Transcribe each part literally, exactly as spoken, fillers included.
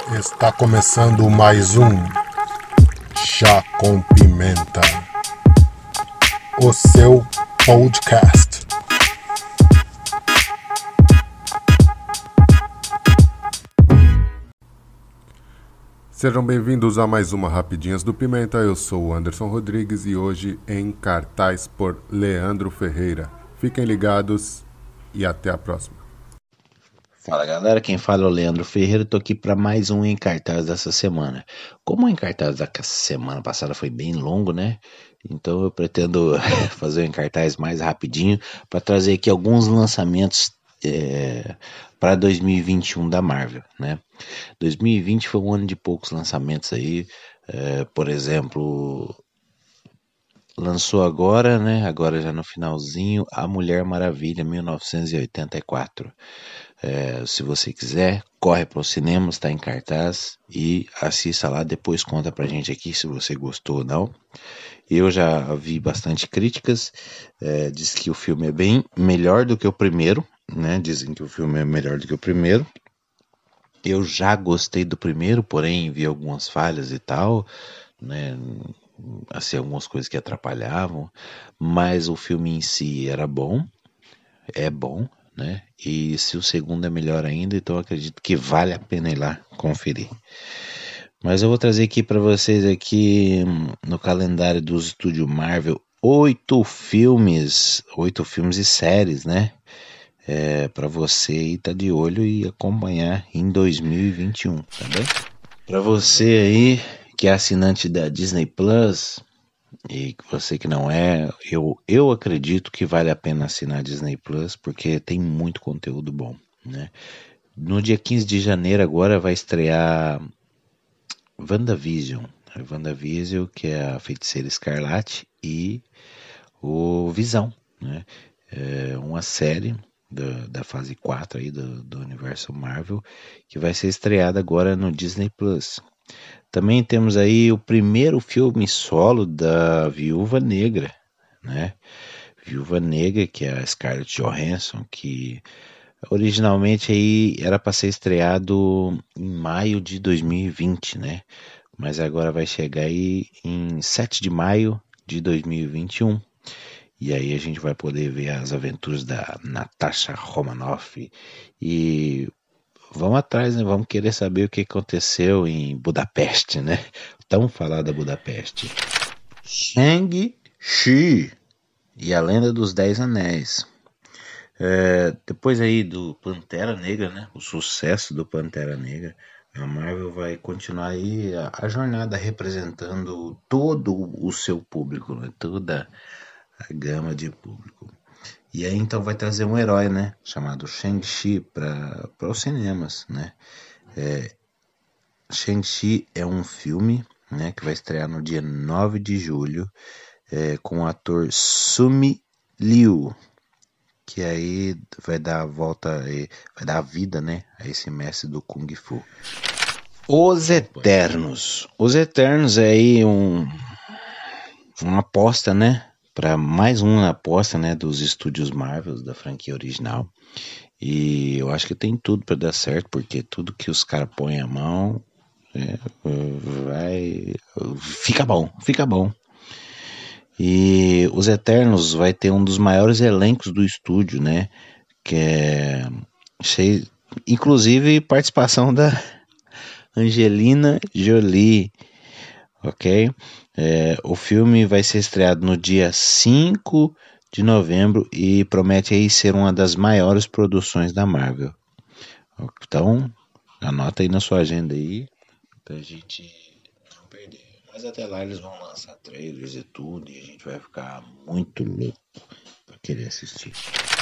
Está começando mais um Chá com Pimenta, o seu podcast. Sejam bem-vindos a mais uma Rapidinhas do Pimenta. Eu sou o Anderson Rodrigues e hoje em cartaz por Leandro Ferreira. Fiquem ligados e até a próxima. Fala galera, quem fala é o Leandro Ferreira, tô aqui para mais um em cartaz dessa semana. Como o em cartaz da semana passada foi bem longo, né? Então eu pretendo fazer um em cartaz mais rapidinho para trazer aqui alguns lançamentos é, para dois mil e vinte e um da Marvel, né? dois mil e vinte foi um ano de poucos lançamentos aí, é, por exemplo, lançou agora, né? Agora já no finalzinho, A Mulher Maravilha, mil novecentos e oitenta e quatro. É, se você quiser, corre para o cinema, está em cartaz e assista lá, depois conta pra gente aqui se você gostou ou não. Eu já vi bastante críticas, é, diz que o filme é bem melhor do que o primeiro, né? Dizem que o filme é melhor do que o primeiro. Eu já gostei do primeiro, porém vi algumas falhas e tal, né? Assim, algumas coisas que atrapalhavam, mas o filme em si era bom, é bom, né? E se o segundo é melhor ainda, então eu acredito que vale a pena ir lá conferir. Mas eu vou trazer aqui para vocês aqui no calendário do estúdio Marvel oito filmes, oito filmes e séries, né? É, para você aí tá de olho e acompanhar em dois mil e vinte e um, tá bem? Para você aí que é assinante da Disney Plus e você que não é, eu, eu acredito que vale a pena assinar a Disney Plus porque tem muito conteúdo bom, né? No dia quinze de janeiro agora vai estrear WandaVision, a WandaVision, que é a Feiticeira Escarlate e o Visão, né? É uma série da, da fase quatro aí do, do universo Marvel que vai ser estreada agora no Disney Plus. Também temos aí o primeiro filme solo da Viúva Negra, né? Viúva Negra, que é a Scarlett Johansson, que originalmente aí era para ser estreado em maio de dois mil e vinte, né? Mas agora vai chegar aí em sete de maio de dois mil e vinte e um. E aí a gente vai poder ver as aventuras da Natasha Romanoff e vamos atrás, né? Vamos querer saber o que aconteceu em Budapeste, né? Tão falada Budapeste. Shang-Chi e a Lenda dos Dez Anéis. É, depois aí do Pantera Negra, né? O sucesso do Pantera Negra, a Marvel vai continuar aí a, a jornada representando todo o seu público, né? Toda a gama de público. E aí então vai trazer um herói, né? Chamado Shang-Chi para os cinemas, né? É, Shang-Chi é um filme, né, que vai estrear no dia nove de julho é, com o ator Sumi Liu, que aí vai dar a volta, vai dar a vida, né, a esse mestre do Kung Fu. Os Eternos. Os Eternos é aí um, uma aposta, né, para mais uma aposta, né, dos estúdios Marvel, da franquia original. E eu acho que tem tudo para dar certo, porque tudo que os caras põem a mão é, vai, fica bom, fica bom. E Os Eternos vai ter um dos maiores elencos do estúdio, né? Que é cheio, inclusive participação da Angelina Jolie, ok? É, o filme vai ser estreado no dia cinco de novembro e promete aí ser uma das maiores produções da Marvel. Então, anota aí na sua agenda aí pra gente não perder. Mas até lá eles vão lançar trailers e tudo e a gente vai ficar muito louco pra querer assistir.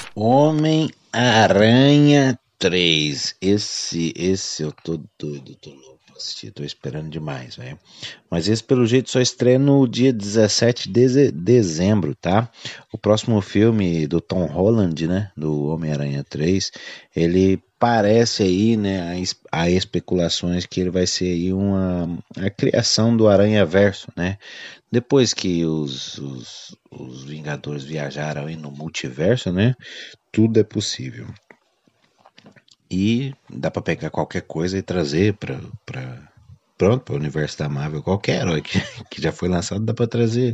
Homem-Aranha três. Esse, esse eu tô doido, tô louco pra assistir. Tô esperando demais, velho. Mas esse pelo jeito só estreia no dia dezessete de dezembro, tá? O próximo filme do Tom Holland, né? Do Homem-Aranha três, ele parece aí, né, há especulações que ele vai ser aí uma a criação do Aranha-Verso, né? Depois que os, os, os Vingadores viajaram aí no multiverso, né? Tudo é possível. e dá pra pegar qualquer coisa e trazer pra, pra, pronto, para o universo da Marvel. Qualquer herói que, que já foi lançado dá pra trazer.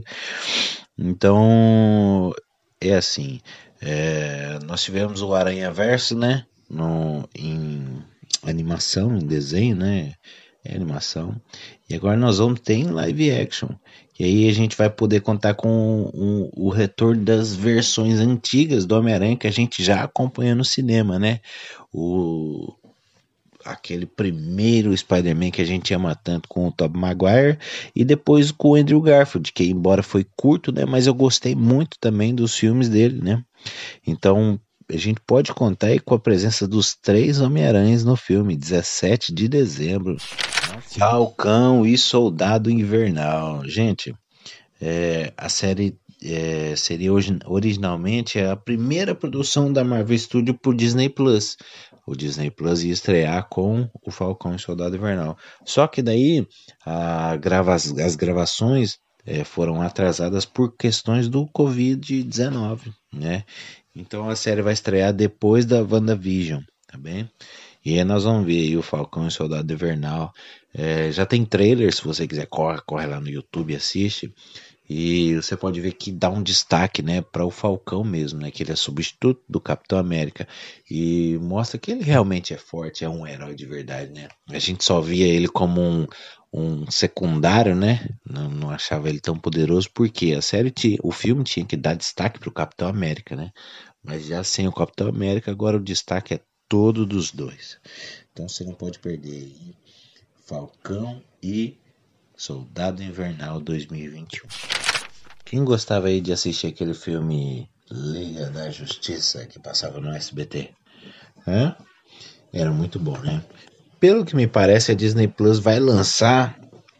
Então, é assim, é, nós tivemos o Aranhaverso, né, no, em animação, em desenho, né, é animação, e agora nós vamos ter em live action, e aí a gente vai poder contar com o, o retorno das versões antigas do Homem-Aranha que a gente já acompanha no cinema, né, o, aquele primeiro Spider-Man que a gente ama tanto com o Tobey Maguire e depois com o Andrew Garfield, que embora foi curto, né, mas eu gostei muito também dos filmes dele, né? Então, a gente pode contar aí com a presença dos três Homem-Aranhas no filme, dezessete de dezembro. Falcão e Soldado Invernal. Gente, é, a série é, seria origi- originalmente a primeira produção da Marvel Studios por Disney Plus. O Disney Plus ia estrear com o Falcão e Soldado Invernal. Só que daí a grava- as gravações é, foram atrasadas por questões do covid dezenove, né? Então a série vai estrear depois da WandaVision, tá bem? E aí nós vamos ver aí o Falcão e o Soldado Invernal. É, já tem trailer, se você quiser, corre, corre lá no YouTube e assiste. E você pode ver que dá um destaque, né, para o Falcão mesmo, né, que ele é substituto do Capitão América e mostra que ele realmente é forte, é um herói de verdade, né? A gente só via ele como um, um secundário, né? Não, não achava ele tão poderoso porque a série, tinha, o filme tinha que dar destaque para o Capitão América, né? Mas já sem o Capitão América, agora o destaque é todo dos dois. Então você não pode perder aí Falcão e Soldado Invernal dois mil e vinte e um. Quem gostava aí de assistir aquele filme Liga da Justiça que passava no S B T? Hã? Era muito bom, né? Pelo que me parece, a Disney Plus vai lançar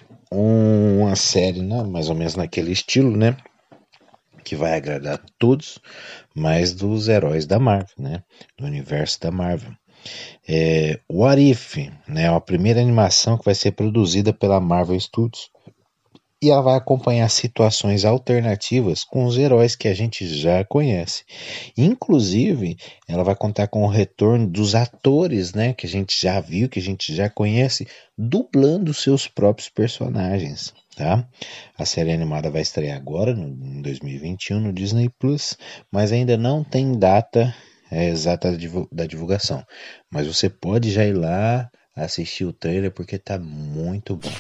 uma série, né, mais ou menos naquele estilo, né? Que vai agradar todos, mas dos heróis da Marvel, né? Do universo da Marvel. É, What If, né? A primeira animação que vai ser produzida pela Marvel Studios. E ela vai acompanhar situações alternativas com os heróis que a gente já conhece. Inclusive, ela vai contar com o retorno dos atores, né, que a gente já viu, que a gente já conhece, dublando seus próprios personagens, tá? A série animada vai estrear agora, no, em dois mil e vinte e um, no Disney Plus, mas ainda não tem data é, exata da divulgação. Mas você pode já ir lá assistir o trailer porque tá muito bom.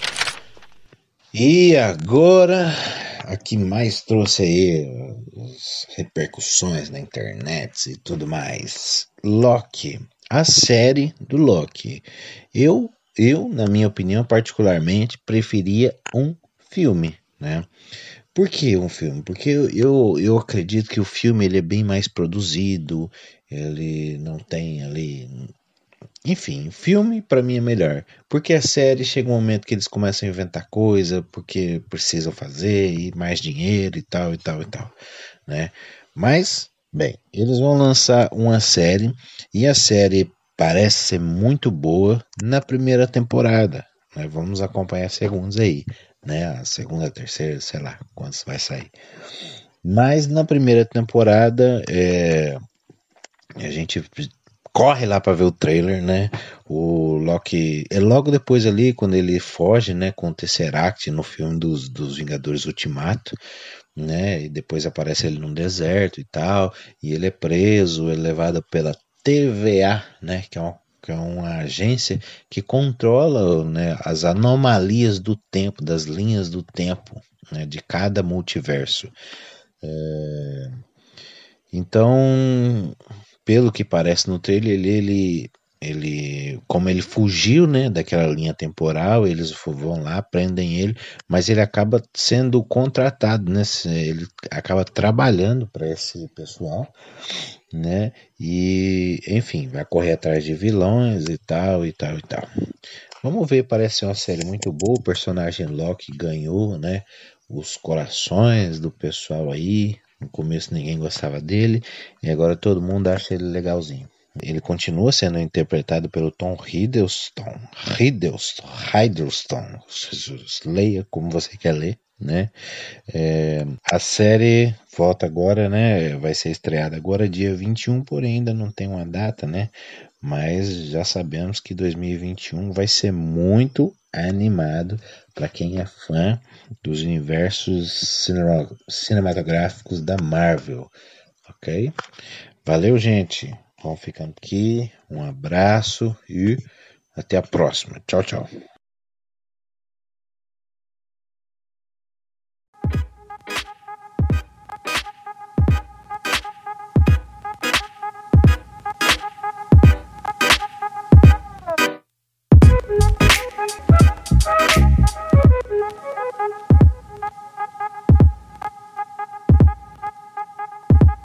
E agora, a que mais trouxe aí as repercussões na internet e tudo mais. Loki, a série do Loki. Eu, eu, na minha opinião, particularmente, preferia um filme, né? Por que um filme? Porque eu, eu, eu acredito que o filme ele é bem mais produzido, ele não tem ali. Enfim, filme pra mim é melhor. Porque a série chega um momento que eles começam a inventar coisa, porque precisam fazer, e mais dinheiro e tal, e tal, e tal, né? Mas, bem, eles vão lançar uma série, e a série parece ser muito boa na primeira temporada. Né? Vamos acompanhar segundos aí, né? A segunda, a terceira, sei lá, quantos vai sair. Mas na primeira temporada, é, a gente corre lá para ver o trailer, né? O Loki é logo depois ali quando ele foge, né, com o Tesseract no filme dos, dos Vingadores Ultimato, né? E depois aparece ele num deserto e tal, e ele é preso, é levado pela T V A, né, que é uma que é uma agência que controla, né, as anomalias do tempo, das linhas do tempo, né, de cada multiverso. É... Então, pelo que parece no trailer, ele, ele, ele, como ele fugiu, né, daquela linha temporal, eles vão lá, prendem ele, mas ele acaba sendo contratado, né, ele acaba trabalhando para esse pessoal, né, e, enfim, vai correr atrás de vilões e tal, e tal, e tal. Vamos ver, parece ser uma série muito boa, o personagem Loki ganhou, né, os corações do pessoal aí. No começo ninguém gostava dele e agora todo mundo acha ele legalzinho. Ele continua sendo interpretado pelo Tom Hiddleston. Hiddleston. Hiddleston. Leia como você quer ler. né? É, a série volta agora, né? Vai ser estreada agora dia vinte e um, porém ainda não tem uma data, né? Mas já sabemos que dois mil e vinte e um vai ser muito animado para quem é fã dos universos cinema- cinematográficos da Marvel, ok? Valeu, gente. Vamos ficando aqui. Um abraço e até a próxima. Tchau, tchau.